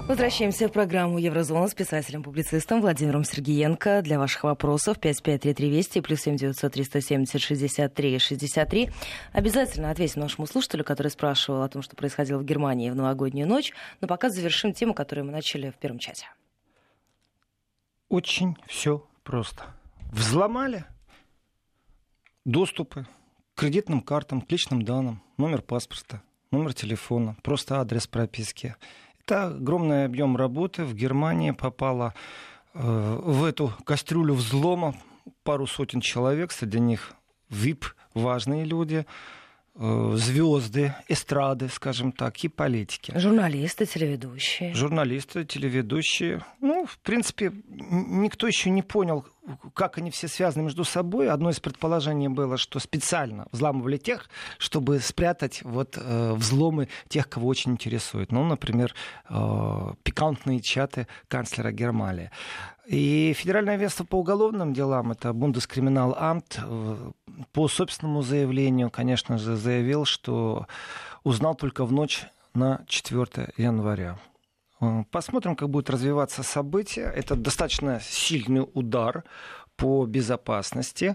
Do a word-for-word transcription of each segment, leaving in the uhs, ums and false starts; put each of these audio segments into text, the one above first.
Возвращаемся в программу «Еврозона» с писателем-публицистом Владимиром Сергеенко. Для ваших вопросов пять пять три три Вести плюс семь девятьсот триста семьдесят шестьдесят три шестьдесят три. Обязательно ответим нашему слушателю, который спрашивал о том, что происходило в Германии в новогоднюю ночь. Но пока завершим тему, которую мы начали в первом чате. Очень все просто. Взломали доступы к кредитным картам, к личным данным, номер паспорта, номер телефона, просто адрес прописки. Это огромный объем работы. В Германии попало э, в эту кастрюлю взлома пару сотен человек, среди них ви ай пи, важные люди, э, звезды, эстрады, скажем так, и политики. Журналисты, телеведущие. Журналисты, телеведущие. Ну, в принципе, никто еще не понял, как они все связаны между собой. Одно из предположений было, что специально взламывали тех, чтобы спрятать вот, э, взломы тех, кого очень интересует. Ну, например, э, пикантные чаты канцлера Германии. И Федеральное ведомство по уголовным делам, это Бундескриминаламт, э, по собственному заявлению, конечно же, заявил, что узнал только в ночь на четвёртое января. Посмотрим, как будут развиваться события. Это достаточно сильный удар по безопасности.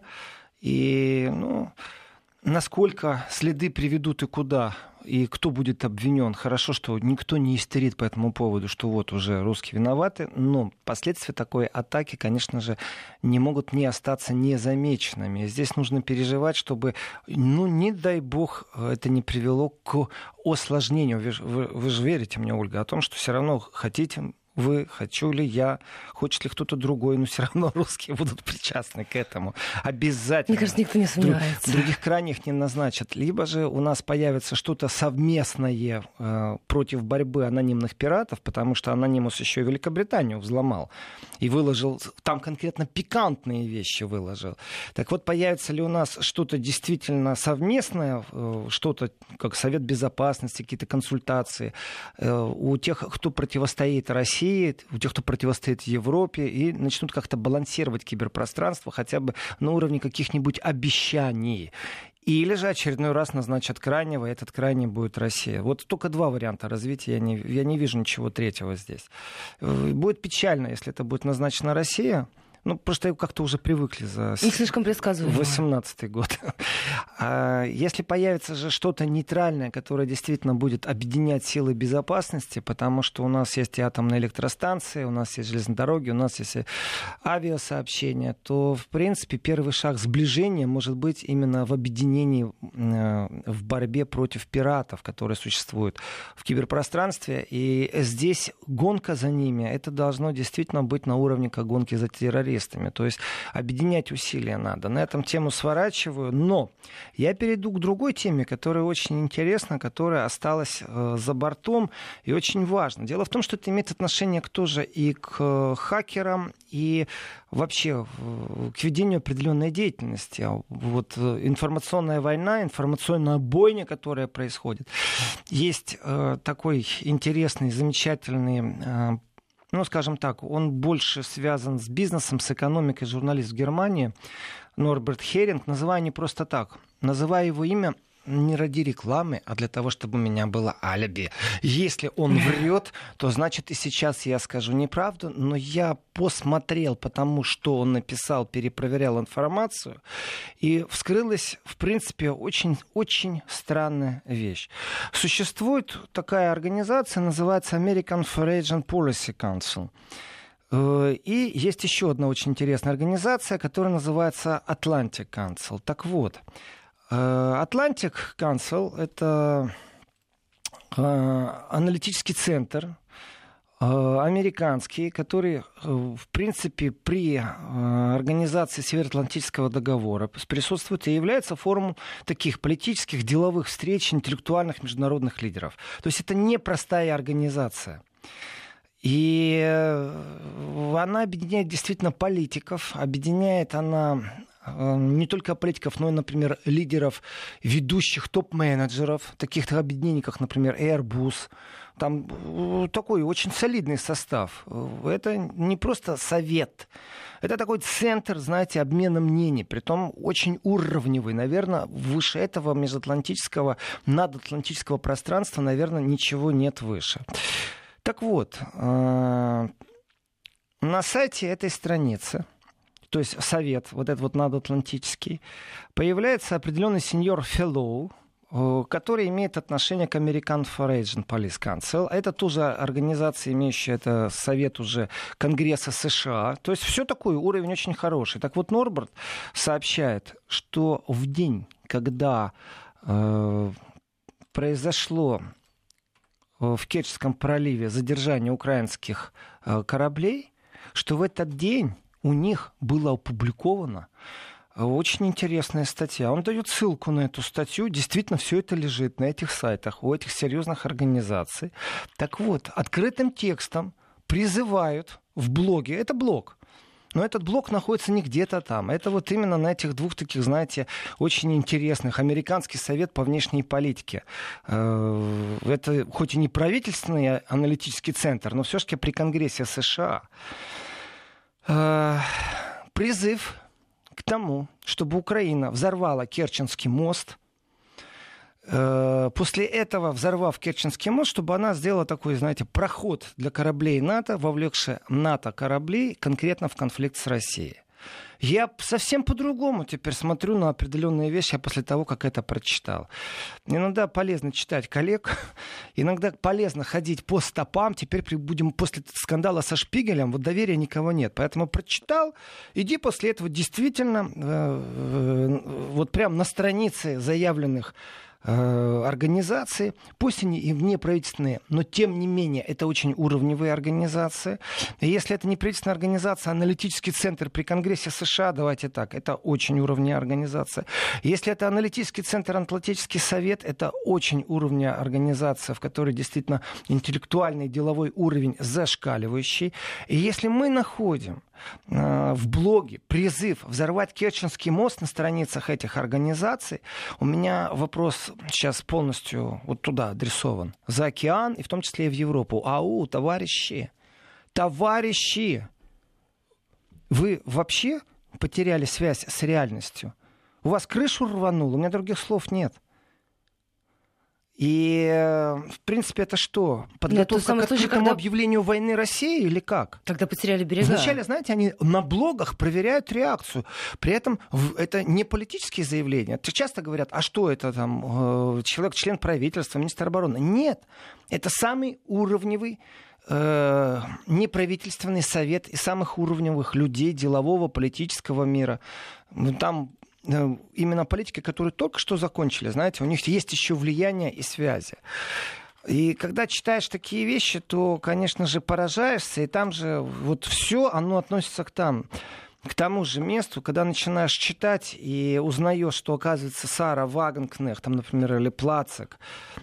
И ну, насколько следы приведут и куда, и кто будет обвинен. Хорошо, что никто не истерит по этому поводу, что вот уже русские виноваты. Но последствия такой атаки, конечно же, не могут не остаться незамеченными. Здесь нужно переживать, чтобы, ну, не дай бог, это не привело к осложнению. Вы, вы, вы же верите мне, Ольга, о том, что все равно хотите... Вы, хочу ли я, хочет ли кто-то другой, но все равно русские будут причастны к этому. Обязательно. Мне кажется, никто не сомневается. Других крайних не назначат. Либо же у нас появится что-то совместное э, против борьбы анонимных пиратов, потому что Анонимус еще и Великобританию взломал и выложил, там конкретно пикантные вещи выложил. Так вот, появится ли у нас что-то действительно совместное, э, что-то как Совет Безопасности, какие-то консультации э, у тех, кто противостоит России, у тех, кто противостоит Европе, и начнут как-то балансировать киберпространство хотя бы на уровне каких-нибудь обещаний. Или же очередной раз назначат крайнего, и этот крайний будет Россия. Вот только два варианта развития, я не, я не вижу ничего третьего здесь. Будет печально, если это будет назначена Россия. Ну, просто как-то уже привыкли за не слишком предсказуемо. восемнадцатый год. А если появится же что-то нейтральное, которое действительно будет объединять силы безопасности, потому что у нас есть и атомные электростанции, у нас есть железные дороги, у нас есть и авиасообщения, то, в принципе, первый шаг сближения может быть именно в объединении, в борьбе против пиратов, которые существуют в киберпространстве. И здесь гонка за ними, это должно действительно быть на уровне как гонки за терроризмом. То есть объединять усилия надо. На этом тему сворачиваю. Но я перейду к другой теме, которая очень интересна, которая осталась э, за бортом и очень важна. Дело в том, что это имеет отношение к тоже и к э, хакерам, и вообще э, к ведению определенной деятельности. Вот э, информационная война, информационная бойня, которая происходит. Есть э, такой интересный, замечательный э, ну, скажем так, он больше связан с бизнесом, с экономикой, журналист в Германии, Норберт Херинг. Называю не просто так. Называю его имя не ради рекламы, а для того, чтобы у меня было алиби. Если он врет, то значит и сейчас я скажу неправду, но я посмотрел, потому что он написал, перепроверял информацию, и вскрылась, в принципе, очень-очень странная вещь. Существует такая организация, называется American Foreign Policy Council. И есть еще одна очень интересная организация, которая называется Atlantic Council. Так вот, Atlantic Council — это аналитический центр американский, который, в принципе, при организации Североатлантического договора присутствует и является форумом таких политических, деловых встреч, интеллектуальных международных лидеров. То есть это непростая организация. И она объединяет действительно политиков, объединяет она не только политиков, но и, например, лидеров, ведущих топ-менеджеров, таких объединений, как, например, Airbus. Там такой очень солидный состав. Это не просто совет. Это такой центр, знаете, обмена мнений, притом очень уровневый. Наверное, выше этого межатлантического, надатлантического пространства, наверное, ничего нет выше. Так вот, на сайте этой страницы, то есть совет, вот этот вот надоатлантический, появляется определенный сеньор Феллоу, который имеет отношение к American Foreign Agent Police Council. Это тоже организация, имеющая это совет уже Конгресса США. То есть все такое, уровень очень хороший. Так вот, Норберт сообщает, что в день, когда э, произошло в Керченском проливе задержание украинских э, кораблей, что в этот день у них было опубликовано очень интересная статья. Он дает ссылку на эту статью. Действительно, все это лежит на этих сайтах, у этих серьезных организаций. Так вот, открытым текстом призывают в блоге, это блог, но этот блог находится не где-то там. Это вот именно на этих двух таких, знаете, очень интересных. Американский совет по внешней политике. Это хоть и не правительственный аналитический центр, но все-таки при Конгрессе США. Призыв к тому, чтобы Украина взорвала Керченский мост. После этого, взорвав Керченский мост, чтобы она сделала такой, знаете, проход для кораблей НАТО, вовлекший НАТО корабли конкретно в конфликт с Россией. Я совсем по-другому теперь смотрю на определенные вещи после того, как это прочитал. Иногда полезно читать коллег, иногда полезно ходить по стопам. Теперь будем после скандала со Шпигелем, вот доверия никого нет. Поэтому прочитал, иди после этого действительно э, э, вот прям на странице заявленных организации, пусть они и неправительственные, но тем не менее это очень уровневые организации. И если это не правительственная организация, аналитический центр при Конгрессе США, давайте так, это очень уровневая организация. Если это аналитический центр Атлантический совет, это очень уровневая организация, в которой действительно интеллектуальный деловой уровень зашкаливающий. И если мы находим в блоге призыв взорвать Керченский мост на страницах этих организаций, у меня вопрос сейчас полностью вот туда адресован. За океан, и в том числе и в Европу. Ау, товарищи, товарищи, вы вообще потеряли связь с реальностью? У вас крышу рвануло? У меня других слов нет. И, в принципе, это что? Подготовка к открытому когда... объявлению войны России или как? Тогда потеряли берега. Вначале, знаете, они на блогах проверяют реакцию. При этом это не политические заявления. Часто говорят, а что это там, человек, член правительства, министр обороны? Нет, это самый уровневый э, неправительственный совет из самых уровневых людей делового, политического мира. Там именно политики, которые только что закончили, знаете, у них есть еще влияние и связи. И когда читаешь такие вещи, то, конечно же, поражаешься, и там же вот все, оно относится к там, к тому же месту, когда начинаешь читать и узнаешь, что, оказывается, Сара Вагенкнехт, там, например, или Плацек,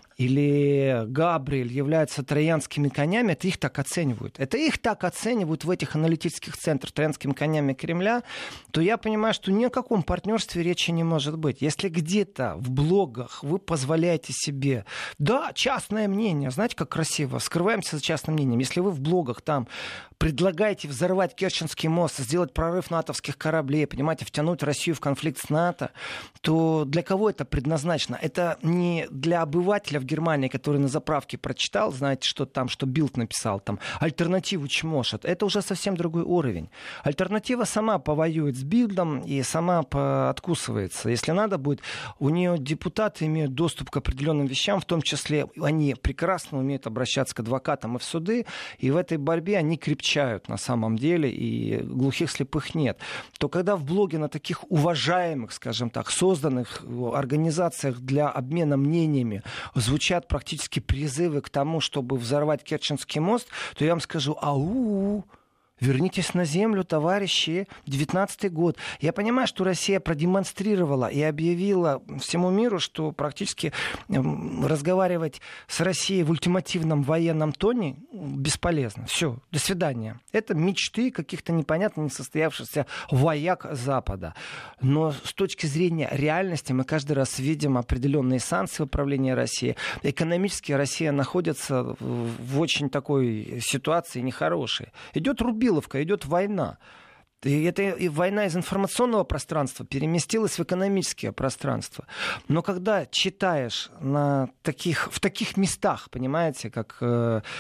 или Габриэль являются троянскими конями, это их так оценивают. Это их так оценивают в этих аналитических центрах троянскими конями Кремля, то я понимаю, что ни о каком партнерстве речи не может быть. Если где-то в блогах вы позволяете себе, да, частное мнение, знаете, как красиво, скрываемся за частным мнением. Если вы в блогах там предлагаете взорвать Керченский мост, сделать прорыв натовских кораблей, понимаете, втянуть Россию в конфликт с НАТО, то для кого это предназначено? Это не для обывателя в Германии, который на заправке прочитал, знаете, что там, что Билд написал, там, альтернативу чмошат. Это уже совсем другой уровень. Альтернатива сама повоюет с Билдом и сама откусывается. Если надо будет, у нее депутаты имеют доступ к определенным вещам, в том числе они прекрасно умеют обращаться к адвокатам и в суды, и в этой борьбе они крепчают на самом деле, и глухих слепых нет. То когда в блоге на таких уважаемых, скажем так, созданных организациях для обмена мнениями звучит звучат практически призывы к тому, чтобы взорвать Керченский мост, то я вам скажу, ау, вернитесь на землю, товарищи, девятнадцатый год. Я понимаю, что Россия продемонстрировала и объявила всему миру, что практически разговаривать с Россией в ультимативном военном тоне бесполезно. Все, до свидания. Это мечты каких-то непонятно несостоявшихся вояк Запада. Но с точки зрения реальности мы каждый раз видим определенные санкции в управлении России. Экономически Россия находится в очень такой ситуации нехорошей. Идет рубеж. Идет война. И эта война из информационного пространства переместилась в экономическое пространство. Но когда читаешь на таких, в таких местах, понимаете, как э,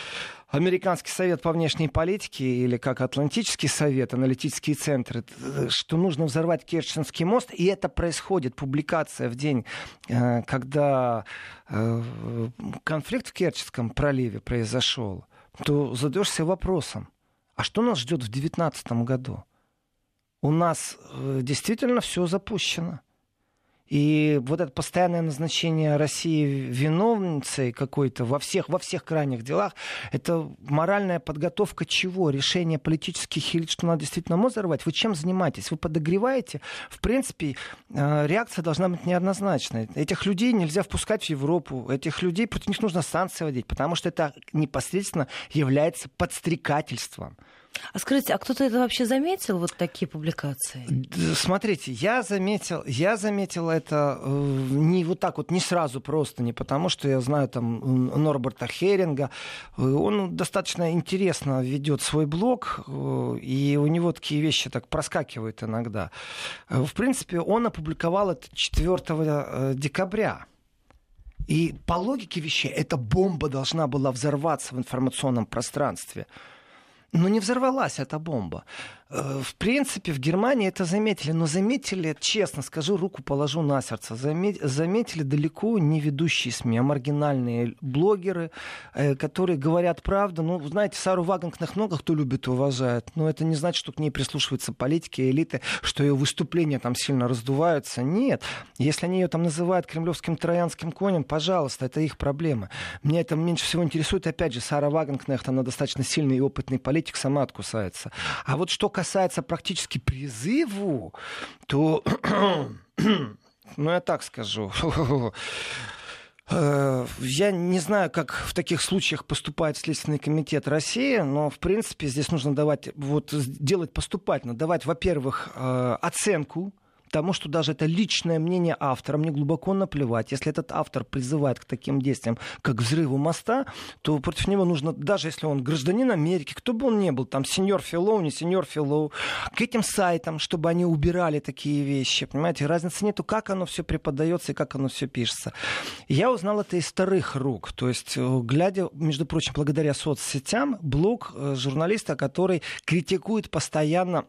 Американский совет по внешней политике, или как Атлантический совет, аналитические центры, что нужно взорвать Керченский мост, и это происходит, публикация в день, когда конфликт в Керченском проливе произошел, то задаешься вопросом, а что нас ждет в две тысячи девятнадцатом году? У нас действительно все запущено. И вот это постоянное назначение России виновницей какой-то во всех, во всех крайних делах, это моральная подготовка чего? Решение политических элит, что надо действительно мост взорвать? Вы чем занимаетесь? Вы подогреваете? В принципе, реакция должна быть неоднозначной. Этих людей нельзя впускать в Европу. Этих людей, против них нужно санкции вводить, потому что это непосредственно является подстрекательством. А скажите, а кто-то это вообще заметил, вот такие публикации? Смотрите, я заметил, я заметил это э, не вот так вот, не сразу просто, не потому что я знаю там Норберта Херинга. Он достаточно интересно ведет свой блог, э, и у него такие вещи так проскакивают иногда. В принципе, он опубликовал это четвёртого декабря. И по логике вещей, эта бомба должна была взорваться в информационном пространстве. Но не взорвалась эта бомба. В принципе, в Германии это заметили. Но заметили, честно скажу, руку положу на сердце, заметили далеко не ведущие СМИ, а маргинальные блогеры, которые говорят правду. Ну, знаете, Сару Вагенкнехт много кто любит и уважает, но это не значит, что к ней прислушиваются политики, элиты, что ее выступления там сильно раздуваются. Нет. Если они ее там называют кремлевским троянским конем, пожалуйста, это их проблема. Меня это меньше всего интересует. Опять же, Сара Вагенкнехт, она достаточно сильный и опытный политик, сама откусается. А вот что касается практически призыву, то, ну, я так скажу, я не знаю, как в таких случаях поступает Следственный комитет России, но, в принципе, здесь нужно давать, вот, делать поступательно, давать, во-первых, оценку тому, что даже это личное мнение автора, мне глубоко наплевать. Если этот автор призывает к таким действиям, как взрыву моста, то против него нужно, даже если он гражданин Америки, кто бы он ни был, там, сеньор Филлоу, не сеньор Филлоу, к этим сайтам, чтобы они убирали такие вещи. Понимаете, разницы нету, как оно все преподается и как оно все пишется. Я узнал это из вторых рук. То есть, глядя, между прочим, благодаря соцсетям, блог журналиста, который критикует постоянно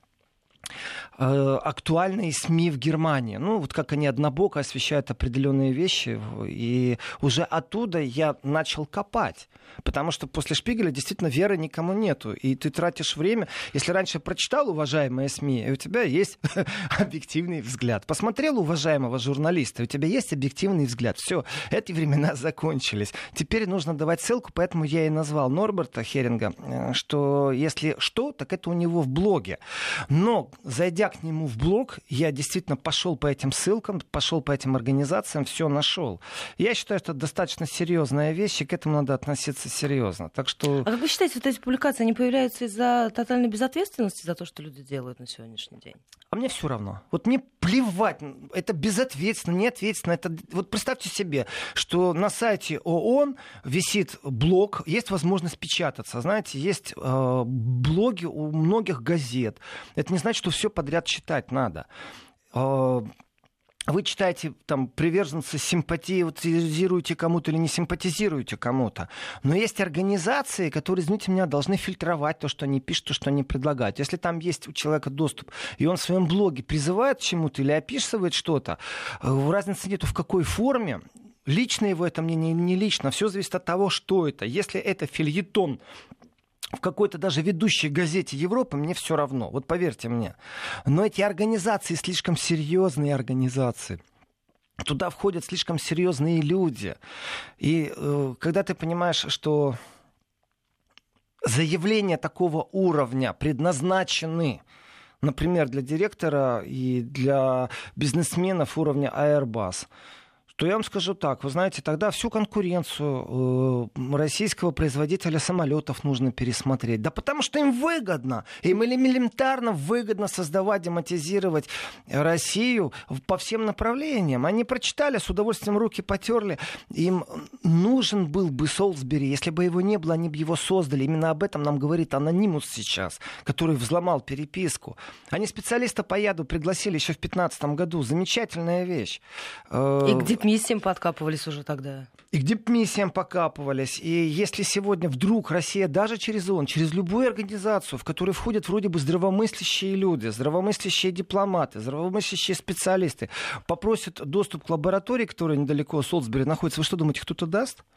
актуальные СМИ в Германии. Ну, вот как они однобоко освещают определенные вещи. И уже оттуда я начал копать. Потому что после Шпигеля действительно веры никому нету. И ты тратишь время. Если раньше прочитал уважаемые СМИ, и у тебя есть объективный взгляд. Посмотрел уважаемого журналиста, и у тебя есть объективный взгляд. Все, эти времена закончились. Теперь нужно давать ссылку, поэтому я и назвал Норберта Херинга, что если что, так это у него в блоге. Но зайдя к нему в блог, я действительно пошел по этим ссылкам, пошел по этим организациям, все нашел. Я считаю, что это достаточно серьезная вещь, и к этому надо относиться серьезно. Так что... А как вы считаете, вот эти публикации, они появляются из-за тотальной безответственности за то, что люди делают на сегодняшний день? А мне все равно. Вот мне плевать. Это безответственно, неответственно. Это... Вот представьте себе, что на сайте ООН висит блог, есть возможность печататься. Знаете, есть э, блоги у многих газет. Это не значит, что все подряд читать надо. Э, Вы читаете, там, приверженцы, симпатизируете кому-то или не симпатизируете кому-то. Но есть организации, которые, извините меня, должны фильтровать то, что они пишут, то, что они предлагают. Если там есть у человека доступ, и он в своем блоге призывает к чему-то или описывает что-то, разницы нету в какой форме. Лично его это мнение, не лично. Все зависит от того, что это. Если это фельетон в какой-то даже ведущей газете Европы, мне все равно. Вот поверьте мне. Но эти организации слишком серьезные организации. Туда входят слишком серьезные люди. И э, когда ты понимаешь, что заявления такого уровня предназначены, например, для директора и для бизнесменов уровня Airbus, то я вам скажу так, вы знаете, тогда всю конкуренцию э, российского производителя самолетов нужно пересмотреть. Да потому что им выгодно, им элементарно выгодно создавать, демонтизировать Россию по всем направлениям. Они прочитали, с удовольствием руки потерли. Им нужен был бы Солсбери, если бы его не было, они бы его создали. Именно об этом нам говорит Анонимус сейчас, который взломал переписку. Они специалиста по яду пригласили еще в две тысячи пятнадцатом году. Замечательная вещь. И где дипмиссиям подкапывались уже тогда. И к дипмиссиям покапывались. И если сегодня вдруг Россия даже через ООН, через любую организацию, в которую входят вроде бы здравомыслящие люди, здравомыслящие дипломаты, здравомыслящие специалисты, попросят доступ к лаборатории, которая недалеко от Солсбери находится, вы что думаете, кто-то даст?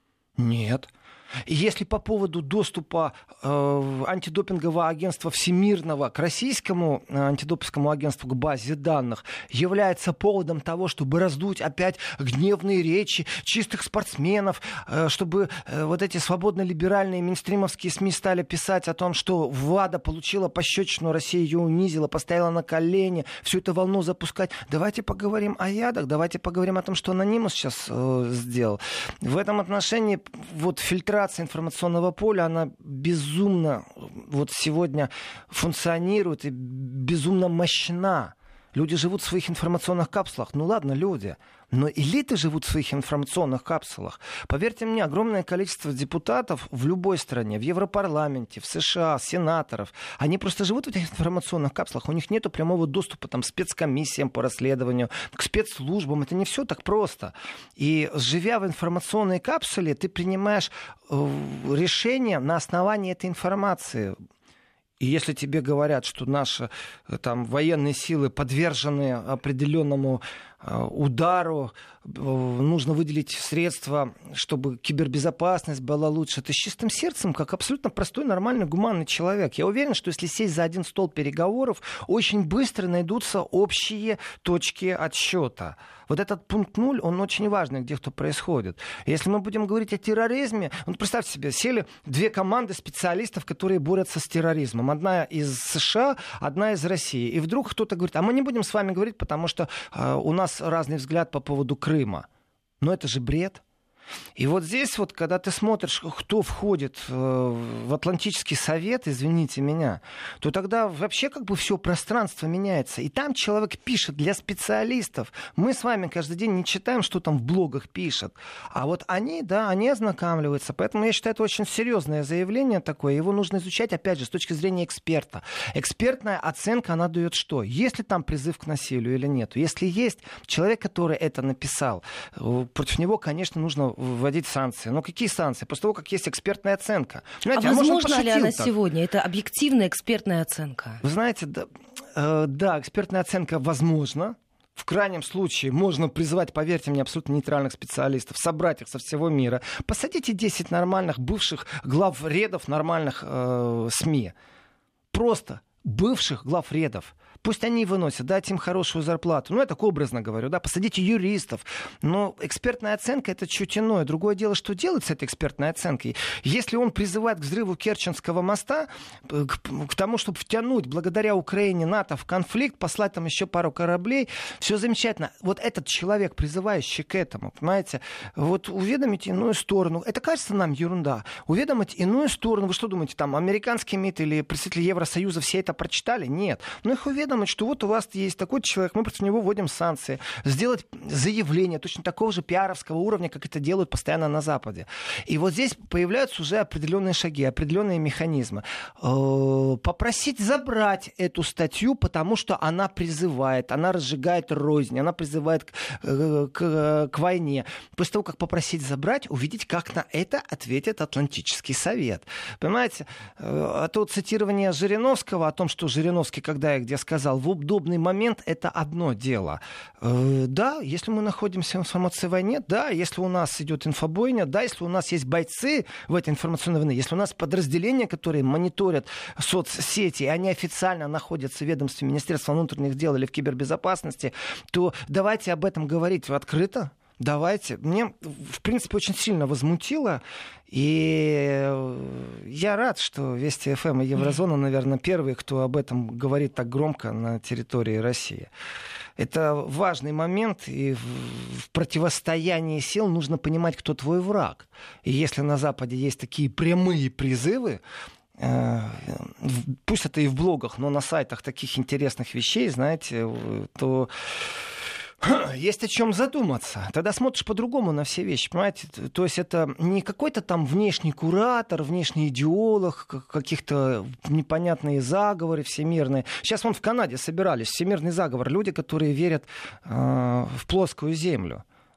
Нет. И если по поводу доступа э, антидопингового агентства Всемирного к российскому э, антидопинговому агентству, к базе данных, является поводом того, чтобы раздуть опять гневные речи чистых спортсменов, э, чтобы э, вот эти свободно-либеральные мейнстримовские СМИ стали писать о том, что ВАДА получила пощечину, Россия ее унизила, поставила на колени, всю эту волну запускать. Давайте поговорим о ядах, давайте поговорим о том, что Анонимус сейчас э, сделал. В этом отношении вот фильтрация информационного поля, она безумно вот сегодня функционирует и безумно мощна. Люди живут в своих информационных капсулах. Ну ладно, люди, но элиты живут в своих информационных капсулах. Поверьте мне, огромное количество депутатов в любой стране, в Европарламенте, в США, сенаторов, они просто живут в этих информационных капсулах. У них нет прямого доступа там, к спецкомиссиям по расследованию, к спецслужбам. Это не все так просто. И живя в информационной капсуле, ты принимаешь э, решение на основании этой информации. И если тебе говорят, что наши там, военные силы подвержены определенному э, удару, э, нужно выделить средства, чтобы кибербезопасность была лучше, ты с чистым сердцем, как абсолютно простой, нормальный, гуманный человек. Я уверен, что если сесть за один стол переговоров, очень быстро найдутся общие точки отсчета. Вот этот пункт ноль, он очень важный, где что происходит. Если мы будем говорить о терроризме, ну, представьте себе, сели две команды специалистов, которые борются с терроризмом. Одна из США, одна из России. И вдруг кто-то говорит, а мы не будем с вами говорить, потому что э, у нас разный взгляд по поводу Крыма. Но это же бред. И вот здесь вот, когда ты смотришь, кто входит э, в Атлантический совет, извините меня, то тогда вообще как бы все пространство меняется. И там человек пишет для специалистов. Мы с вами каждый день не читаем, что там в блогах пишут. А вот они, да, они ознакомливаются. Поэтому я считаю, это очень серьезное заявление такое. Его нужно изучать, опять же, с точки зрения эксперта. Экспертная оценка, она дает что? Есть ли там призыв к насилию или нет? Если есть, человек, который это написал, против него, конечно, нужно вводить санкции. Но какие санкции? После того, как есть экспертная оценка. Знаете, а, а возможно ли она так? Сегодня? Это объективная экспертная оценка. Вы знаете, да, э, да, экспертная оценка возможна. В крайнем случае можно призвать, поверьте мне, абсолютно нейтральных специалистов, собрать их со всего мира. Посадите десять нормальных бывших главредов нормальных э, СМИ. Просто бывших главредов. Пусть они выносят, дать им хорошую зарплату. Ну, я так образно говорю, да, посадите юристов. Но экспертная оценка — это чуть иное. Другое дело, что делать с этой экспертной оценкой. Если он призывает к взрыву Керченского моста, к, к тому, чтобы втянуть благодаря Украине НАТО в конфликт, послать там еще пару кораблей, все замечательно. Вот этот человек, призывающий к этому, понимаете, вот уведомить иную сторону. Это кажется нам ерунда. Уведомить иную сторону. Вы что думаете, там американский МИД или представители Евросоюза все это прочитали? Нет. Но их уведомить, что вот у вас есть такой человек, мы против него вводим санкции. Сделать заявление точно такого же пиаровского уровня, как это делают постоянно на Западе. И вот здесь появляются уже определенные шаги, определенные механизмы. Попросить забрать эту статью, потому что она призывает, она разжигает рознь, она призывает к, к, к войне. После того, как попросить забрать, увидеть, как на это ответит Атлантический совет. Понимаете? А то цитирование Жириновского о том, что Жириновский, когда и где сказал, в удобный момент, это одно дело. Э, да, если мы находимся в информационной войне, да, если у нас идет инфобойня, да, если у нас есть бойцы в этой информационной войне, если у нас подразделения, которые мониторят соцсети, и они официально находятся в ведомстве Министерства внутренних дел или в кибербезопасности, то давайте об этом говорить открыто. Давайте. Мне, в принципе, очень сильно возмутило. И я рад, что Вести эф эм и Еврозона, наверное, первые, кто об этом говорит так громко на территории России. Это важный момент, и в противостоянии сил нужно понимать, кто твой враг. И если на Западе есть такие прямые призывы, пусть это и в блогах, но на сайтах таких интересных вещей, знаете, то есть о чем задуматься. Тогда смотришь по-другому на все вещи, понимаете? То есть это не какой-то там внешний куратор, внешний идеолог, каких-то непонятные заговоры всемирные. Сейчас вон в Канаде собирались всемирный заговор. Люди, которые верят э, в плоскую землю.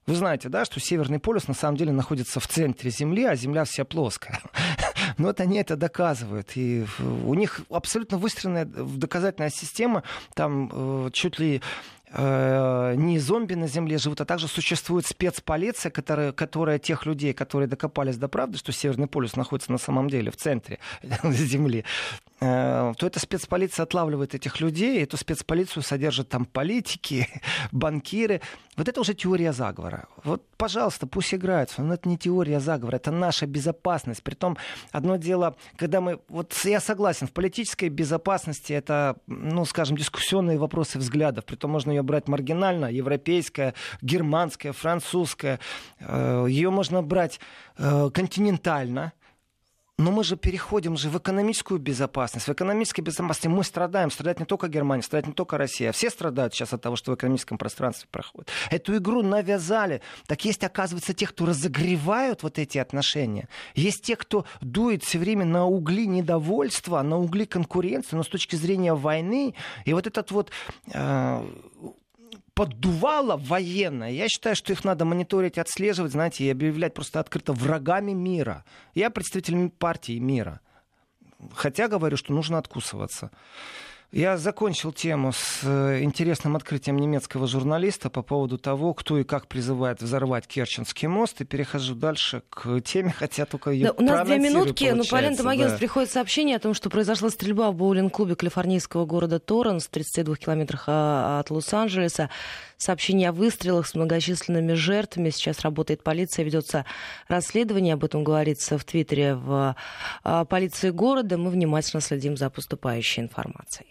Вы знаете, да, что Северный полюс на самом деле находится в центре Земли, а Земля вся плоская. Но вот они это доказывают. И у них абсолютно выстроенная доказательная система. Там э, чуть ли э, не зомби на Земле живут, а также существует спецполиция, которая, которая тех людей, которые докопались до правды, что Северный полюс находится на самом деле в центре Земли, то эта спецполиция отлавливает этих людей, эту спецполицию содержат там политики, банкиры. Вот это уже теория заговора. Вот, пожалуйста, пусть играются, но это не теория заговора, это наша безопасность. Притом, одно дело, когда мы... Вот я согласен, в политической безопасности это, ну, скажем, дискуссионные вопросы взглядов. Притом можно ее брать маргинально, европейская, германская, французская. Ее можно брать континентально. Но мы же переходим же в экономическую безопасность. В экономической безопасности мы страдаем. Страдает не только Германия, страдает не только Россия. Все страдают сейчас от того, что в экономическом пространстве проходит. Эту игру навязали. Так есть, оказывается, те, кто разогревают вот эти отношения. Есть те, кто дует все время на угли недовольства, на угли конкуренции, но с точки зрения войны. И вот этот вот... Э- поддувало военное. Я считаю, что их надо мониторить, отслеживать, знаете, и объявлять просто открыто врагами мира. Я представитель партии мира. Хотя говорю, что нужно откусываться. Я закончил тему с интересным открытием немецкого журналиста по поводу того, кто и как призывает взорвать Керченский мост, и перехожу дальше к теме, хотя только ее да, у нас две минутки, но по лентам агентств да. приходит сообщение о том, что произошла стрельба в боулинг-клубе калифорнийского города Торренс в тридцати двух километрах от Лос-Анджелеса. Сообщение о выстрелах с многочисленными жертвами. Сейчас работает полиция, ведется расследование. Об этом говорится в Твиттере в полиции города. Мы внимательно следим за поступающей информацией.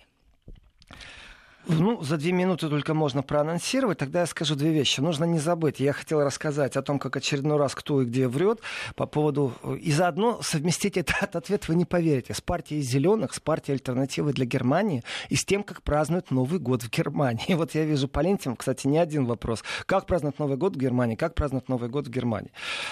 Ну, за две минуты только можно проанонсировать. Тогда я скажу две вещи. Нужно не забыть. Я хотел рассказать о том, как очередной раз кто и где врет по поводу... И заодно совместить этот ответ вы не поверите. С партией «Зеленых», с партией «Альтернативы для Германии» и с тем, как празднуют Новый год в Германии. Вот я вижу по лентам, кстати, не один вопрос. Как празднуют Новый год в Германии? Как празднуют Новый год в Германии?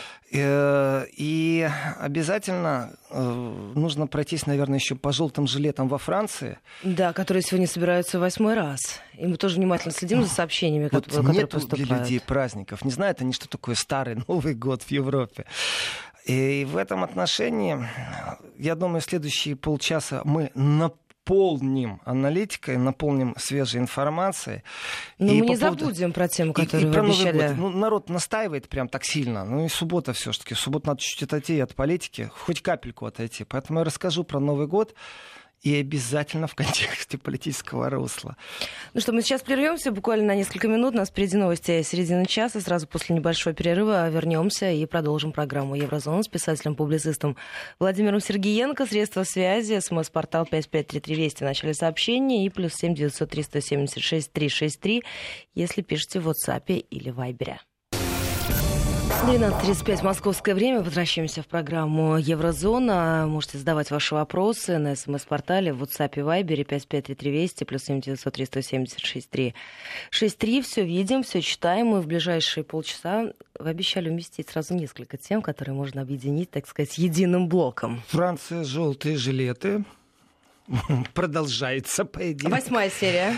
И обязательно нужно пройтись, наверное, еще по желтым жилетам во Франции. Да, которые сегодня собираются восьмой раз. И мы тоже внимательно следим за сообщениями, вот которые, которые нету поступают. Для людей праздников. Не знают они, что такое старый Новый год в Европе. И в этом отношении, я думаю, следующие полчаса мы на наполним аналитикой, наполним свежей информацией. Но и мы не поводу... забудем про тему, которую и, и вы про обещали. Ну, народ настаивает прям так сильно. Ну и суббота все-таки. В субботу надо чуть-чуть отойти от политики, хоть капельку отойти. Поэтому я расскажу про Новый год. И обязательно в контексте политического русла. Ну что, мы сейчас прервемся буквально на несколько минут. У нас впереди новости середины часа. Сразу после небольшого перерыва вернемся и продолжим программу «Еврозона» с писателем-публицистом Владимиром Сергиенко. Средства связи, смс-портал пять пять три три Вести в начале сообщения и плюс семь девятьсот триста семьдесят шесть триста шестьдесят три, если пишете в WhatsApp или Вайбере. двенадцать тридцать пять московское время. Возвращаемся в программу «Еврозона». Можете задавать ваши вопросы на смс-портале, в WhatsApp и Viber пять пять три три Вести, плюс семь девятьсот триста семьдесят шесть триста шестьдесят три. Все видим, все читаем. И в ближайшие полчаса вы обещали уместить сразу несколько тем, которые можно объединить, так сказать, единым блоком. Франция, желтые жилеты. Продолжается поединок. Восьмая серия.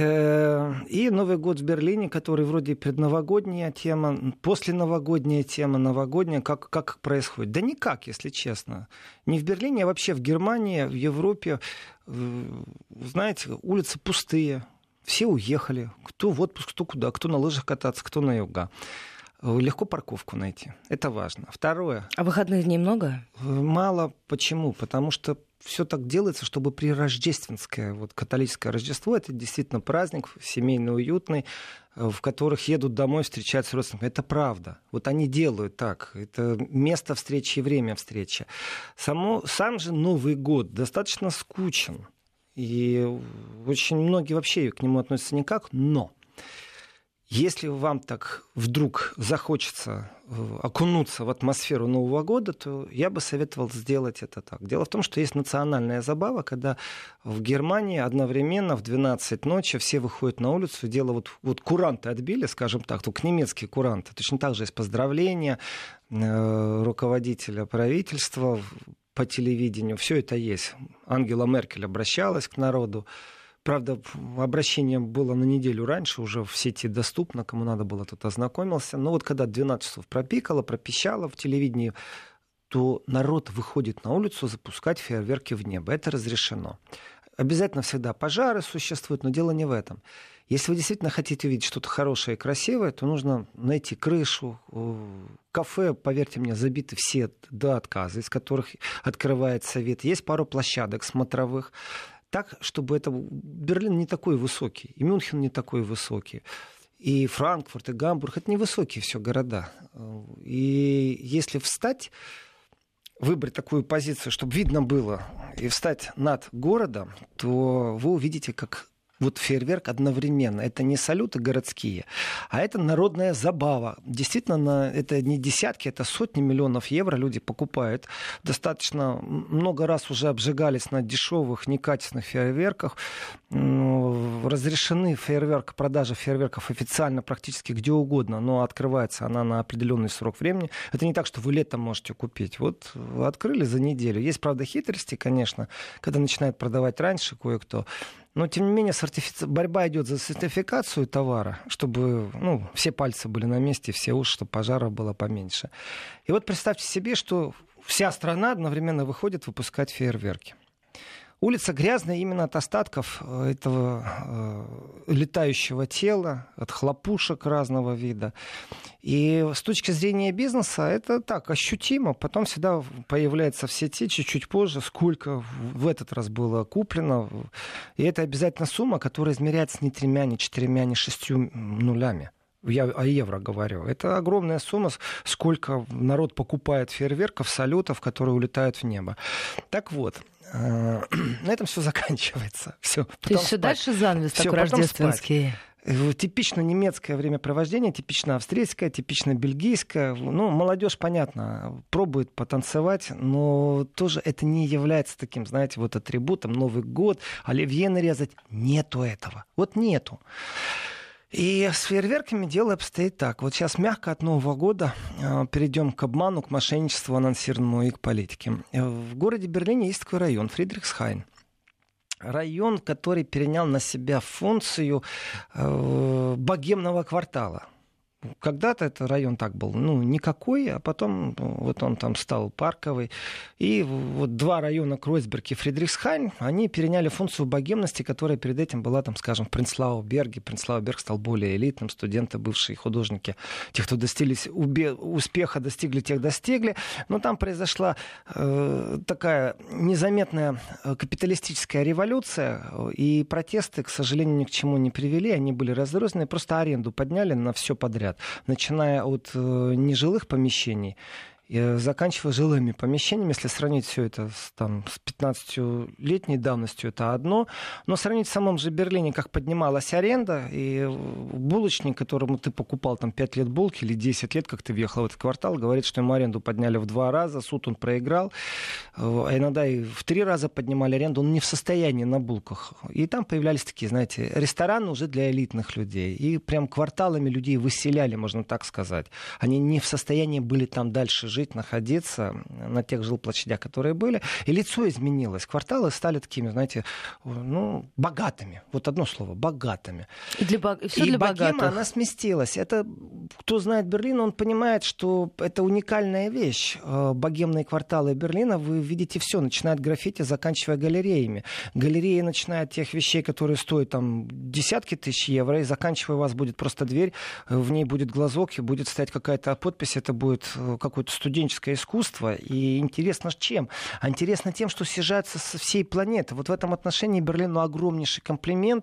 И Новый год в Берлине, который вроде предновогодняя тема, посленовогодняя тема, новогодняя. Как, как происходит? Да никак, если честно. Не в Берлине, а вообще в Германии, в Европе. Знаете, улицы пустые. Все уехали. Кто в отпуск, кто куда. Кто на лыжах кататься, кто на йога. Легко парковку найти. Это важно. Второе. А выходных дней много? Мало. Почему? Потому что все так делается, чтобы при рождественское, вот католическое Рождество, это действительно праздник семейный, уютный, в которых едут домой встречаться с родственниками. Это правда. Вот они делают так. Это место встречи и время встречи. Само, сам же Новый год достаточно скучен. И очень многие вообще к нему относятся никак. Но если вам так вдруг захочется окунуться в атмосферу Нового года, то я бы советовал сделать это так. Дело в том, что есть национальная забава, когда в Германии одновременно в двенадцать ночи все выходят на улицу, дело вот, вот куранты отбили, скажем так, только немецкие куранты. Точно так же есть поздравления э, руководителя правительства по телевидению. Все это есть. Ангела Меркель обращалась к народу, Правда, обращение было на неделю раньше, уже в сети доступно, кому надо было, тот ознакомился. Но вот когда двенадцать часов пропикало, пропищало в телевидении, то народ выходит на улицу запускать фейерверки в небо. Это разрешено. Обязательно всегда пожары существуют, но дело не в этом. Если вы действительно хотите увидеть что-то хорошее и красивое, то нужно найти крышу. Кафе, поверьте мне, забиты все до отказа, из которых открывается вид. Есть пару площадок смотровых. Так, чтобы это... Берлин не такой высокий, и Мюнхен не такой высокий. И Франкфурт, и Гамбург — это невысокие все города. И если встать, выбрать такую позицию, чтобы видно было, и встать над городом, то вы увидите, как вот фейерверк одновременно. Это не салюты городские, а это народная забава. Действительно, это не десятки, это сотни миллионов евро люди покупают. Достаточно много раз уже обжигались на дешевых, некачественных фейерверках. Разрешены фейерверк, продажа фейерверков официально практически где угодно, но открывается она на определенный срок времени. Это не так, что вы летом можете купить. Вот открыли за неделю. Есть, правда, хитрости, конечно, когда начинают продавать раньше кое-кто. Но, тем не менее, сертифи... борьба идет за сертификацию товара, чтобы ну, все пальцы были на месте, все уши, чтобы пожаров было поменьше. И вот представьте себе, что вся страна одновременно выходит выпускать фейерверки. Улица грязная именно от остатков этого э, летающего тела, от хлопушек разного вида. И с точки зрения бизнеса это так, ощутимо. Потом всегда появляется в сети чуть-чуть позже, сколько в этот раз было куплено. И это обязательно сумма, которая измеряется не тремя, не четырьмя, не шестью нулями. Я о евро говорю. Это огромная сумма, сколько народ покупает фейерверков, салютов, которые улетают в небо. Так вот, на этом все заканчивается. Все. То есть все дальше занавес такой рождественский. Типично немецкое времяпровождение, типично австрийское, типично бельгийское. Ну, молодежь, понятно, пробует потанцевать, но тоже это не является таким, знаете, вот атрибутом. Новый год, оливье нарезать. Нету этого. Вот нету. И с фейерверками дело обстоит так. Вот сейчас мягко от Нового года э, перейдем к обману, к мошенничеству анонсированному и к политике. В городе Берлине есть такой район, Фридрихсхайн. Район, который перенял на себя функцию э, богемного квартала. Когда-то этот район так был, ну, никакой, а потом вот он там стал парковый. И вот два района, Кройцберг и Фридрихсхайн, они переняли функцию богемности, которая перед этим была, там, скажем, в Принцлау-Берге. Принцлау-Берг стал более элитным, студенты, бывшие художники, те, кто достигли успеха, достигли, тех достигли. Но там произошла э, такая незаметная капиталистическая революция, и протесты, к сожалению, ни к чему не привели, они были разрознены, просто аренду подняли на все подряд. Начиная от э, нежилых помещений, э, заканчивая жилыми помещениями. Если сравнить все это с, там, с пятнадцатилетней давностью, это одно. Но сравнить в самом же Берлине, как поднималась аренда, и булочник, которому ты покупал там, пять лет булки или десять лет, как ты въехал в этот квартал, говорит, что ему аренду подняли в два раза, суд он проиграл, а иногда и в три раза поднимали аренду, он не в состоянии на булках. И там появлялись такие, знаете, рестораны уже для элитных людей. И прям кварталами людей выселяли, можно так сказать. Они не в состоянии были там дальше жить, находиться на тех жилплощадях, которые были. И лицо изменилось. Кварталы стали такими, знаете, ну, богатыми. Вот одно слово, богатыми. И, для бог... и все и для богема, богатых. Она сместилась. Это, кто знает Берлин, он понимает, что это уникальная вещь. Богемные кварталы Берлина, вы видите все, начиная от граффити, заканчивая галереями. Галереи начиная от тех вещей, которые стоят там десятки тысяч евро, и заканчивая, у вас будет просто дверь, в ней будет глазок, и будет стоять какая-то подпись, это будет какое-то студенческое искусство. И интересно чем? А интересно тем, что съезжаются со всей планеты. Вот в этом отношении Берлину огромнейший комплимент,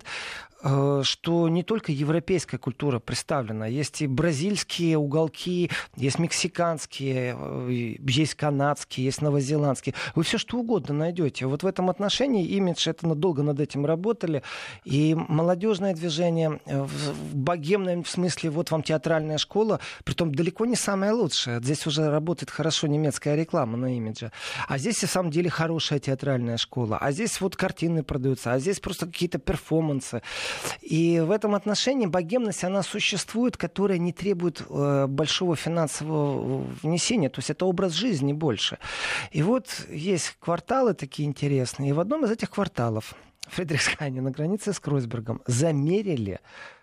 что не только европейская культура представлена, есть и бразильские уголки, есть мексиканские, есть канадские, есть новозеландские. Вы все что угодно найдете. Вот в этом отношении имидж, это долго над этим работали. И молодежное движение в богемном смысле, вот вам театральная школа, притом далеко не самая лучшая. Здесь уже работает хорошо немецкая реклама на имидже. А здесь, на самом деле, хорошая театральная школа. А здесь вот картины продаются, а здесь просто какие-то перформансы. И в этом отношении богемность, она существует, которая не требует э, большого финансового внесения. То есть это образ жизни больше. И вот есть кварталы такие интересные. И в одном из этих кварталов Фридрихсхайне, на границе с Кройсбергом, замерили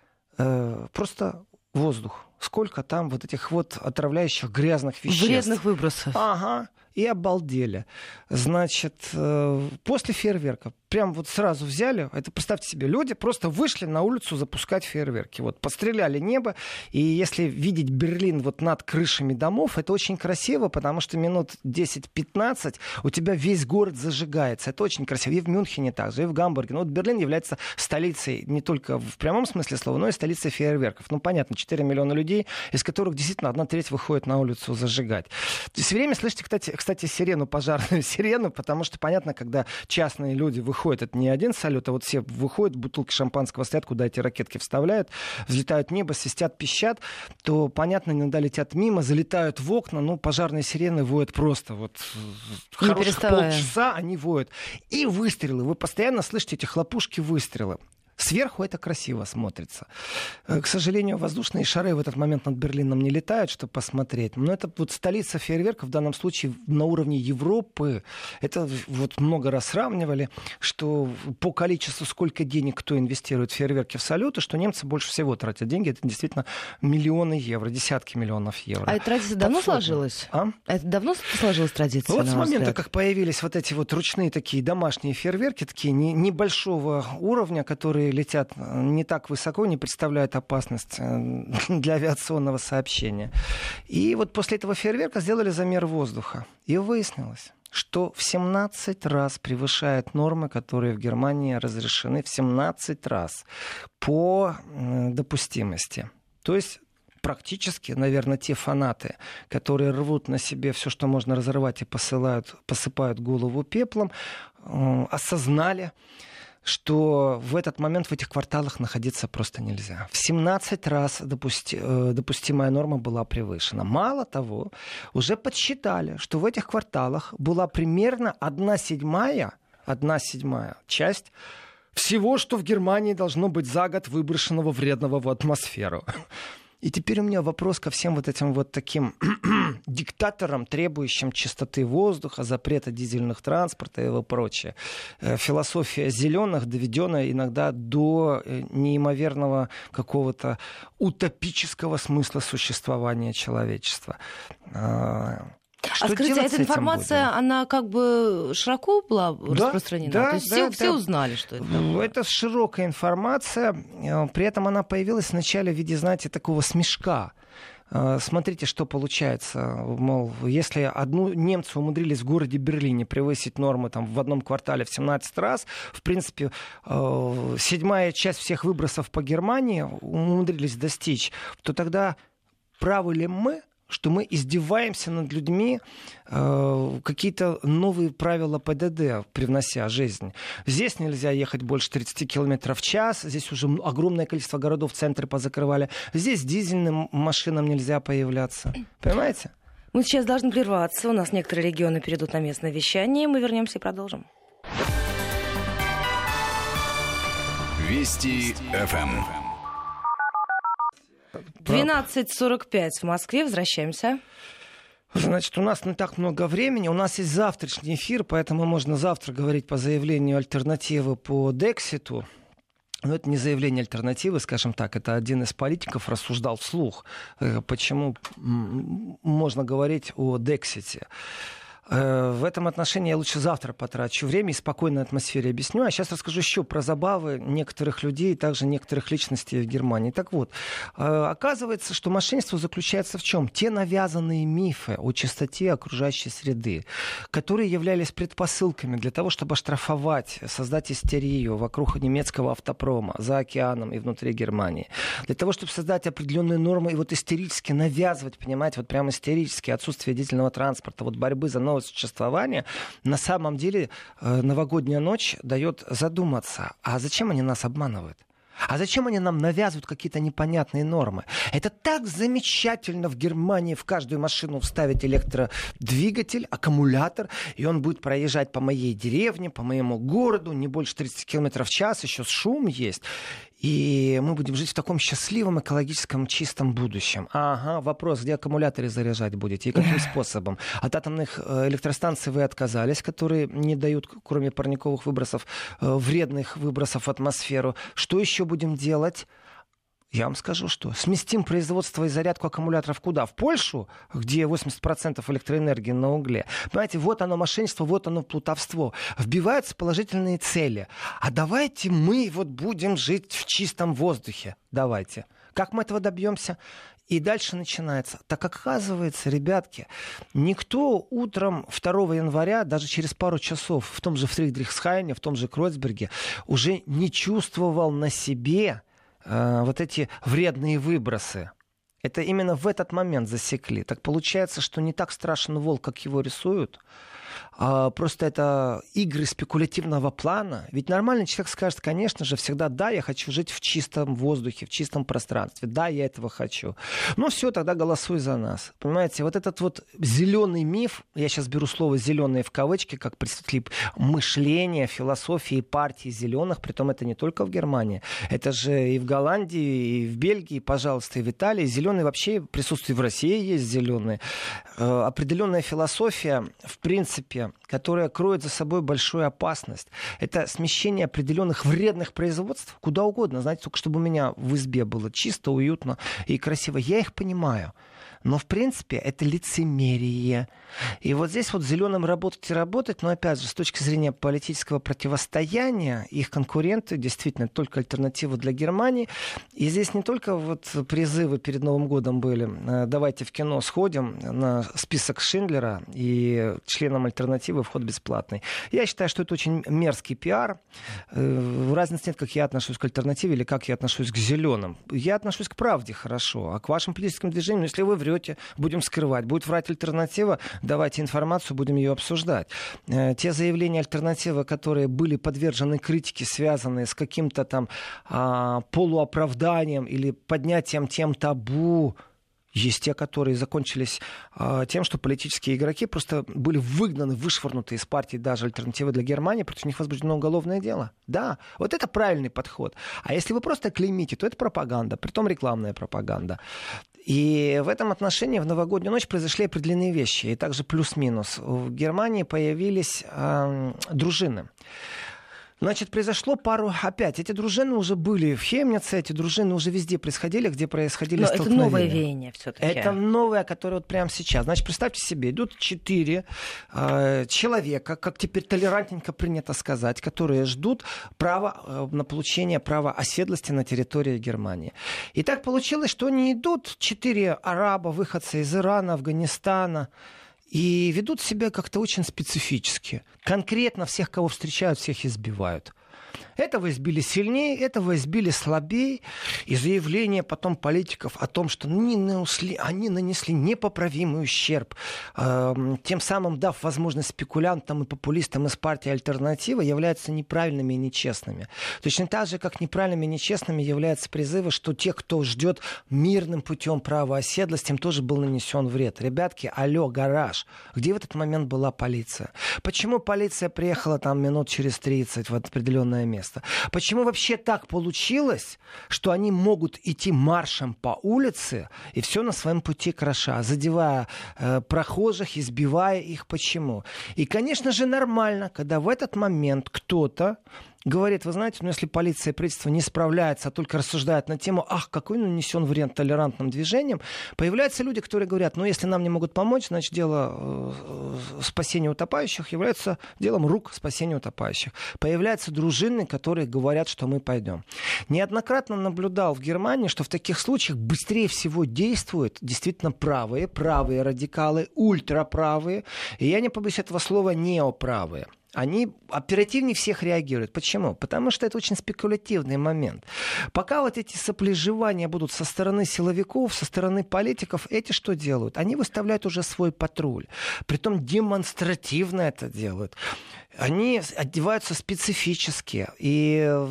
э, просто воздух. Сколько там вот этих вот отравляющих грязных веществ. Вредных выбросов. Ага. И обалдели. Значит, э, после фейерверка прям вот сразу взяли, это представьте себе, люди просто вышли на улицу запускать фейерверки. Вот постреляли небо, и если видеть Берлин вот над крышами домов, это очень красиво, потому что минут десять-пятнадцать у тебя весь город зажигается. Это очень красиво. И в Мюнхене также, и в Гамбурге. Ну, вот Берлин является столицей не только в прямом смысле слова, но и столицей фейерверков. Ну, понятно, четыре миллиона людей, из которых действительно одна треть выходит на улицу зажигать. Все время слышите, кстати, кстати, сирену, пожарную сирену, потому что, понятно, когда частные люди выходят, это не один салют, а вот все выходят, бутылки шампанского стоят, куда эти ракетки вставляют, взлетают в небо, свистят, пищат, то, понятно, иногда летят мимо, залетают в окна, ну, пожарные сирены воют просто вот хороших полчаса они воют. И выстрелы. Вы постоянно слышите эти хлопушки, выстрелы. Сверху это красиво смотрится. К сожалению, воздушные шары в этот момент над Берлином не летают, чтобы посмотреть. Но это вот столица фейерверков в данном случае на уровне Европы. Это вот много раз сравнивали, что по количеству, сколько денег кто инвестирует в фейерверки, в салюты, что немцы больше всего тратят деньги. Это действительно миллионы евро, десятки миллионов евро. А эта традиция давно сложилась? А? Это давно сложилась традиция? Вот с момента, как появились вот эти вот ручные такие домашние фейерверки, такие не, небольшого уровня, которые летят не так высоко, не представляют опасность для авиационного сообщения. И вот после этого фейерверка сделали замер воздуха. И выяснилось, что в семнадцать раз превышает нормы, которые в Германии разрешены, в семнадцать раз по допустимости. То есть практически, наверное, те фанаты, которые рвут на себе все, что можно разорвать, и посылают, посыпают голову пеплом, осознали, что в этот момент в этих кварталах находиться просто нельзя. В семнадцать раз допусти, допустимая норма была превышена. Мало того, уже подсчитали, что в этих кварталах была примерно одна седьмая, одна седьмая часть всего, что в Германии должно быть за год выброшенного вредного в атмосферу. И теперь у меня вопрос ко всем вот этим вот таким диктаторам, требующим чистоты воздуха, запрета дизельных транспорта и прочее. Философия зеленых доведена иногда до неимоверного какого-то утопического смысла существования человечества. Что а скажите, эта информация, она как бы широко была да, распространена? Да, То есть да, все, да. все узнали, что это такое? Это широкая информация. При этом она появилась вначале в виде, знаете, такого смешка. Смотрите, что получается. Мол, если одну немцы умудрились в городе Берлине превысить нормы там, в одном квартале в семнадцать раз, в принципе, седьмая часть всех выбросов по Германии умудрились достичь, то тогда правы ли мы, что мы издеваемся над людьми, э, какие-то новые правила ПДД привнося жизнь. Здесь нельзя ехать больше тридцать километров в час, здесь уже огромное количество городов в центре позакрывали, здесь дизельным машинам нельзя появляться. Понимаете? Мы сейчас должны прерваться, у нас некоторые регионы перейдут на местное вещание, мы вернемся и продолжим. Вести эф эм. двенадцать сорок пять в Москве. Возвращаемся. Значит, у нас не так много времени. У нас есть завтрашний эфир, поэтому можно завтра говорить по заявлению альтернативы по Декситу. Но это не заявление альтернативы, скажем так. Это один из политиков рассуждал вслух, почему можно говорить о Дексите. В этом отношении я лучше завтра потрачу время и в спокойной атмосфере объясню. А сейчас расскажу еще про забавы некоторых людей и также некоторых личностей в Германии. Так вот, оказывается, что мошенничество заключается в чем? Те навязанные мифы о чистоте окружающей среды, которые являлись предпосылками для того, чтобы оштрафовать, создать истерию вокруг немецкого автопрома за океаном и внутри Германии. Для того, чтобы создать определенные нормы и вот истерически навязывать, понимаете, вот прямо истерически отсутствие дизельного транспорта, вот борьбы за новое существование, на самом деле э, новогодняя ночь дает задуматься, а зачем они нас обманывают? А зачем они нам навязывают какие-то непонятные нормы? Это так замечательно в Германии в каждую машину вставить электродвигатель, аккумулятор, и он будет проезжать по моей деревне, по моему городу, не больше тридцать километров в час, еще шум есть. И мы будем жить в таком счастливом, экологическом, чистом будущем. Ага, вопрос, где аккумуляторы заряжать будете и каким способом? От атомных электростанций вы отказались, которые не дают, кроме парниковых выбросов, вредных выбросов в атмосферу. Что еще будем делать? Я вам скажу, что сместим производство и зарядку аккумуляторов куда? В Польшу, где восемьдесят процентов электроэнергии на угле. Понимаете, вот оно мошенничество, вот оно плутовство. Вбиваются положительные цели. А давайте мы вот будем жить в чистом воздухе. Давайте. Как мы этого добьемся? И дальше начинается. Так оказывается, ребятки, никто утром второго января, даже через пару часов, в том же Фридрихсхайне, в том же Кройцберге, уже не чувствовал на себе вот эти вредные выбросы. Это именно в этот момент засекли. Так получается, что не так страшен волк, как его рисуют. А просто это игры спекулятивного плана. Ведь нормальный человек скажет, конечно же, всегда, да, я хочу жить в чистом воздухе, в чистом пространстве. Да, я этого хочу. Ну все, тогда голосуй за нас. Понимаете, вот этот вот зеленый миф, я сейчас беру слово «зеленые» в кавычки, как представитель мышления, философии партии зеленых, притом это не только в Германии, это же и в Голландии, и в Бельгии, пожалуйста, и в Италии. Зеленые вообще присутствуют в России, есть зеленые. Э, определенная философия, в принципе, которая кроет за собой большую опасность. Это смещение определенных вредных производств куда угодно. Знаете, только чтобы у меня в избе было чисто, уютно и красиво. Я их понимаю. Но, в принципе, это лицемерие. И вот здесь вот зеленым работать и работать, но, опять же, с точки зрения политического противостояния, их конкуренты действительно только альтернатива для Германии. И здесь не только вот призывы перед Новым годом были, давайте в кино сходим на список Шиндлера, и членам альтернативы вход бесплатный. Я считаю, что это очень мерзкий пиар. Разницы нет, как я отношусь к альтернативе или как я отношусь к зеленым. Я отношусь к правде хорошо, а к вашим политическим движениям, если вы врете, будем скрывать. Будет врать альтернатива, давайте информацию, будем ее обсуждать. Те заявления альтернативы, которые были подвержены критике, связанные с каким-то там а, полуоправданием или поднятием тем табу, есть те, которые закончились а, тем, что политические игроки просто были выгнаны, вышвырнуты из партии даже альтернативы для Германии, против них возбуждено уголовное дело. Да, вот это правильный подход. А если вы просто клеймите, то это пропаганда, притом рекламная пропаганда. И в этом отношении в новогоднюю ночь произошли определенные вещи. И также плюс-минус. В Германии появились э, дружины. Значит, произошло пару... Опять, эти дружины уже были в Хемнице, эти дружины уже везде происходили, где происходили Но столкновения. это новое веяние все-таки. Это новое, которое вот прямо сейчас. Значит, представьте себе, идут четыре э, человека, как теперь толерантненько принято сказать, которые ждут права э, на получение права оседлости на территории Германии. И так получилось, что они идут, четыре араба, выходцы из Ирана, Афганистана, и ведут себя как-то очень специфически. Конкретно всех, кого встречают, всех избивают. Этого избили сильнее, этого избили слабее. И заявление потом политиков о том, что они нанесли, они нанесли непоправимый ущерб, э, тем самым дав возможность спекулянтам и популистам из партии «Альтернатива», являются неправильными и нечестными. Точно так же, как неправильными и нечестными являются призывы, что те, кто ждет мирным путем права оседлости, им тоже был нанесен вред. Ребятки, алло, гараж. Где в этот момент была полиция? Почему полиция приехала там минут через тридцать в определенное место? Почему вообще так получилось, что они могут идти маршем по улице и все на своем пути кроша, задевая э, прохожих, избивая их? Почему? И, конечно же, нормально, когда в этот момент кто-то говорит, вы знаете, ну если полиция и правительство не справляются, а только рассуждают на тему, ах, какой нанесен вред толерантным движениям, появляются люди, которые говорят, ну если нам не могут помочь, значит дело э, спасения утопающих является делом рук спасения утопающих. Появляются дружины, которые говорят, что мы пойдем. Неоднократно наблюдал в Германии, что в таких случаях быстрее всего действуют действительно правые, правые радикалы, ультраправые, и я не побоюсь этого слова, неоправые. Они оперативнее всех реагируют. Почему? Потому что это очень спекулятивный момент. Пока вот эти соплеживания будут со стороны силовиков, со стороны политиков, эти что делают? Они выставляют уже свой патруль. Притом демонстративно это делают. Они одеваются специфически. И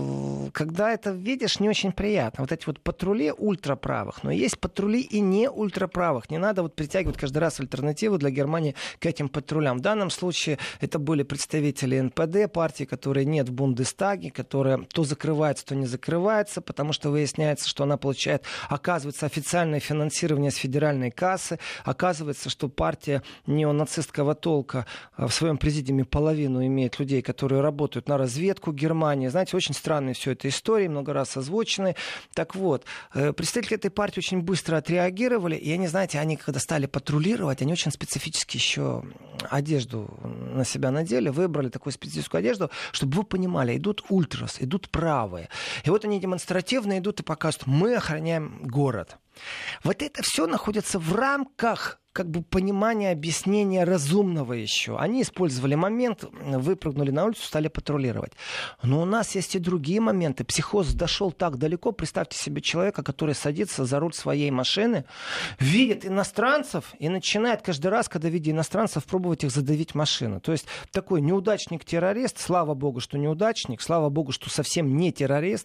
когда это видишь, не очень приятно. Вот эти вот патрули ультраправых. Но есть патрули и не ультраправых. Не надо вот притягивать каждый раз альтернативу для Германии к этим патрулям. В данном случае это были представители эн пэ дэ партии, которые нет в Бундестаге, которая то закрывается, то не закрывается, потому что выясняется, что она получает, оказывается, официальное финансирование с федеральной кассы, оказывается, что партия неонацистского толка в своем президиуме половину имеет людей, которые работают на разведку Германии. Знаете, очень странные все это истории, много раз озвучены. Так вот, представители этой партии очень быстро отреагировали, и они, знаете, они когда стали патрулировать, они очень специфически еще одежду на себя надели, выбрали такую специфическую одежду, чтобы вы понимали, идут ультрас, идут правые. И вот они демонстративно идут и показывают, мы охраняем город. Вот это все находится в рамках как бы понимания, объяснения разумного еще. Они использовали момент, выпрыгнули на улицу, стали патрулировать. Но у нас есть и другие моменты. Психоз дошел так далеко. Представьте себе человека, который садится за руль своей машины, видит иностранцев и начинает каждый раз, когда видит иностранцев, пробовать их задавить машину. То есть такой неудачник-террорист, слава богу, что неудачник, слава богу, что совсем не террорист,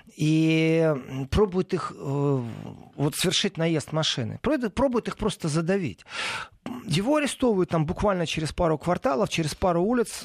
и пробует их э, вот совершить наезд машины. Пробует их просто задавить. Его арестовывают там буквально через пару кварталов, через пару улиц.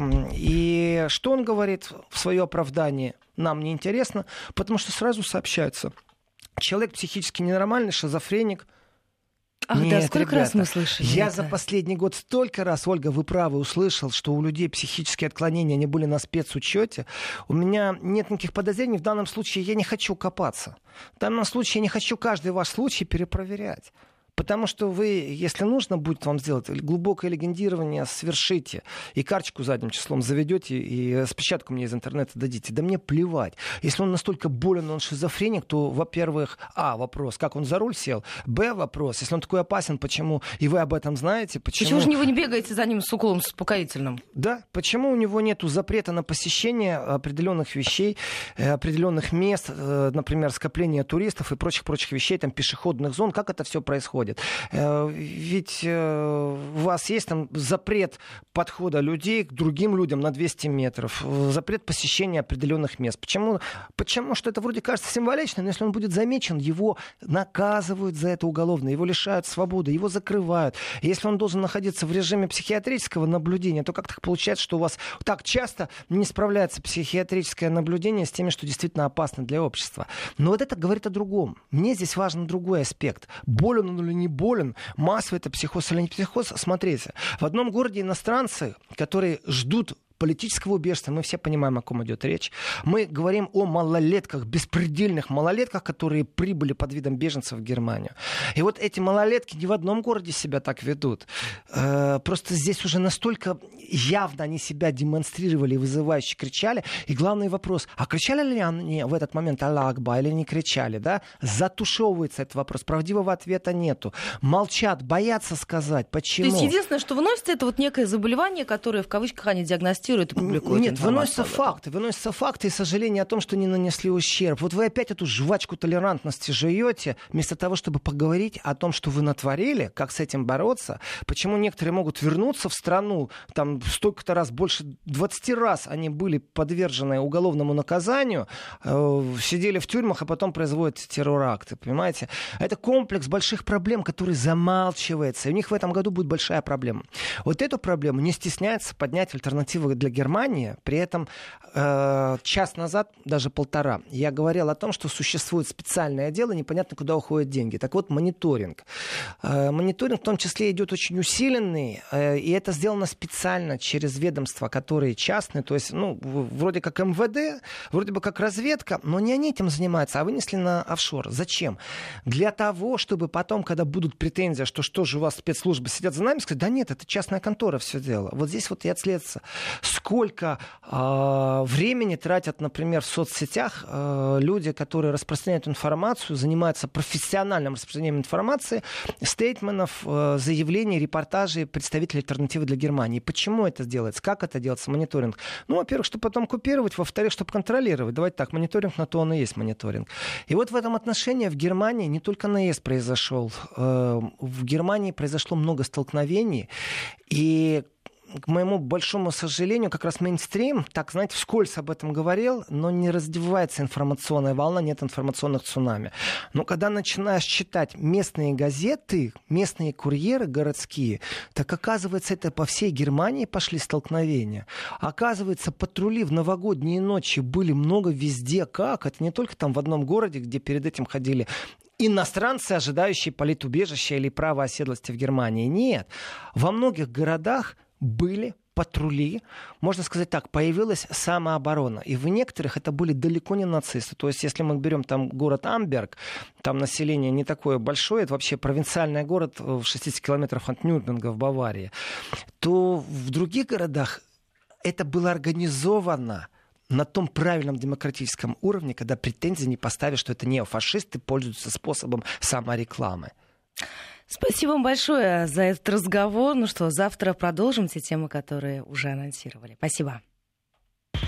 И что он говорит в свое оправдание, нам не интересно, потому что сразу сообщается. Человек психически ненормальный, шизофреник. Ах, Нет, да, сколько ребята, раз мы слышали я это? за последний год столько раз, Ольга, вы правы, услышал, что у людей психические отклонения, они были на спецучете. У меня нет никаких подозрений. В данном случае я не хочу копаться. В данном случае я не хочу каждый ваш случай перепроверять. Потому что вы, если нужно будет вам сделать глубокое легендирование, свершите. И карточку задним числом заведете, и распечатку мне из интернета дадите. Да мне плевать. Если он настолько болен, он шизофреник, то, во-первых, а, вопрос, как он за руль сел. Б, вопрос, если он такой опасен, почему, и вы об этом знаете, почему... Почему же вы не бегаете за ним с уколом успокоительным? Да, почему у него нет запрета на посещение определенных вещей, определенных мест, например, скопления туристов и прочих-прочих вещей, там, пешеходных зон, как это все происходит? Ведь у вас есть там запрет подхода людей к другим людям на двести метров, запрет посещения определенных мест. Почему? Почему? Что это вроде кажется символичным, но если он будет замечен, его наказывают за это уголовно, его лишают свободы, его закрывают. Если он должен находиться в режиме психиатрического наблюдения, то как так получается, что у вас так часто не справляется психиатрическое наблюдение с теми, что действительно опасно для общества? Но вот это говорит о другом. Мне здесь важен другой аспект. Болен он или не болен, массовый это психоз или не психоз. Смотрите, в одном городе иностранцы, которые ждут политического убежища, мы все понимаем, о ком идет речь. Мы говорим о малолетках, беспредельных малолетках, которые прибыли под видом беженцев в Германию. И вот эти малолетки не в одном городе себя так ведут. Просто здесь уже настолько явно они себя демонстрировали, вызывающе кричали. И главный вопрос, а кричали ли они в этот момент «Аллах Акбар» или не кричали? Да? Затушевывается этот вопрос. Правдивого ответа нету. Молчат, боятся сказать. Почему? То есть единственное, что выносится, это вот некое заболевание, которое в кавычках они диагностируют и публикуют. Нет, выносятся факты. Выносятся факты и сожаление о том, что не нанесли ущерб. Вот вы опять эту жвачку толерантности жуете, вместо того, чтобы поговорить о том, что вы натворили, как с этим бороться, почему некоторые могут вернуться в страну, там столько-то раз, больше двадцати раз они были подвержены уголовному наказанию, э, сидели в тюрьмах, а потом производят терроракты, понимаете? Это комплекс больших проблем, который замалчивается. И у них в этом году будет большая проблема. Вот эту проблему не стесняется поднять альтернативы для Германии. При этом э, час назад, даже полтора, я говорил о том, что существует специальное отдел, и непонятно, куда уходят деньги. Так вот, мониторинг. Э, мониторинг в том числе идет очень усиленный, э, и это сделано специально через ведомства, которые частные, то есть, ну, вроде как эм вэ дэ, вроде бы как разведка, но не они этим занимаются, а вынесли на офшор. Зачем? Для того, чтобы потом, когда будут претензии, что что же у вас спецслужбы сидят за нами, сказать, да нет, это частная контора все дело. Вот здесь вот и отследится. Сколько э, времени тратят, например, в соцсетях э, люди, которые распространяют информацию, занимаются профессиональным распространением информации, стейтментов, э, заявлений, репортажей представителей альтернативы для Германии. Почему это делается? Как это делается? Мониторинг. Ну, во-первых, чтобы потом купировать, во-вторых, чтобы контролировать. Давайте так, мониторинг на то он и есть мониторинг. И вот в этом отношении в Германии не только наезд произошел. Э, в Германии произошло много столкновений, и к моему большому сожалению, как раз мейнстрим, так, знаете, вскользь об этом говорил, но не раздевается информационная волна, нет информационных цунами. Но когда начинаешь читать местные газеты, местные курьеры городские, так оказывается, это по всей Германии пошли столкновения. Оказывается, патрули в новогодние ночи были много везде. Как? Это не только там в одном городе, где перед этим ходили иностранцы, ожидающие политубежища или права оседлости в Германии. Нет. Во многих городах были патрули, можно сказать так, появилась самооборона. И в некоторых это были далеко не нацисты. То есть, если мы берем там город Амберг, там население не такое большое, это вообще провинциальный город в шестидесяти километрах от Нюрнберга в Баварии, то в других городах это было организовано на том правильном демократическом уровне, когда претензии не поставишь, что это неофашисты пользуются способом саморекламы. Спасибо вам большое за этот разговор. Ну что, завтра продолжим те темы, которые уже анонсировали. Спасибо.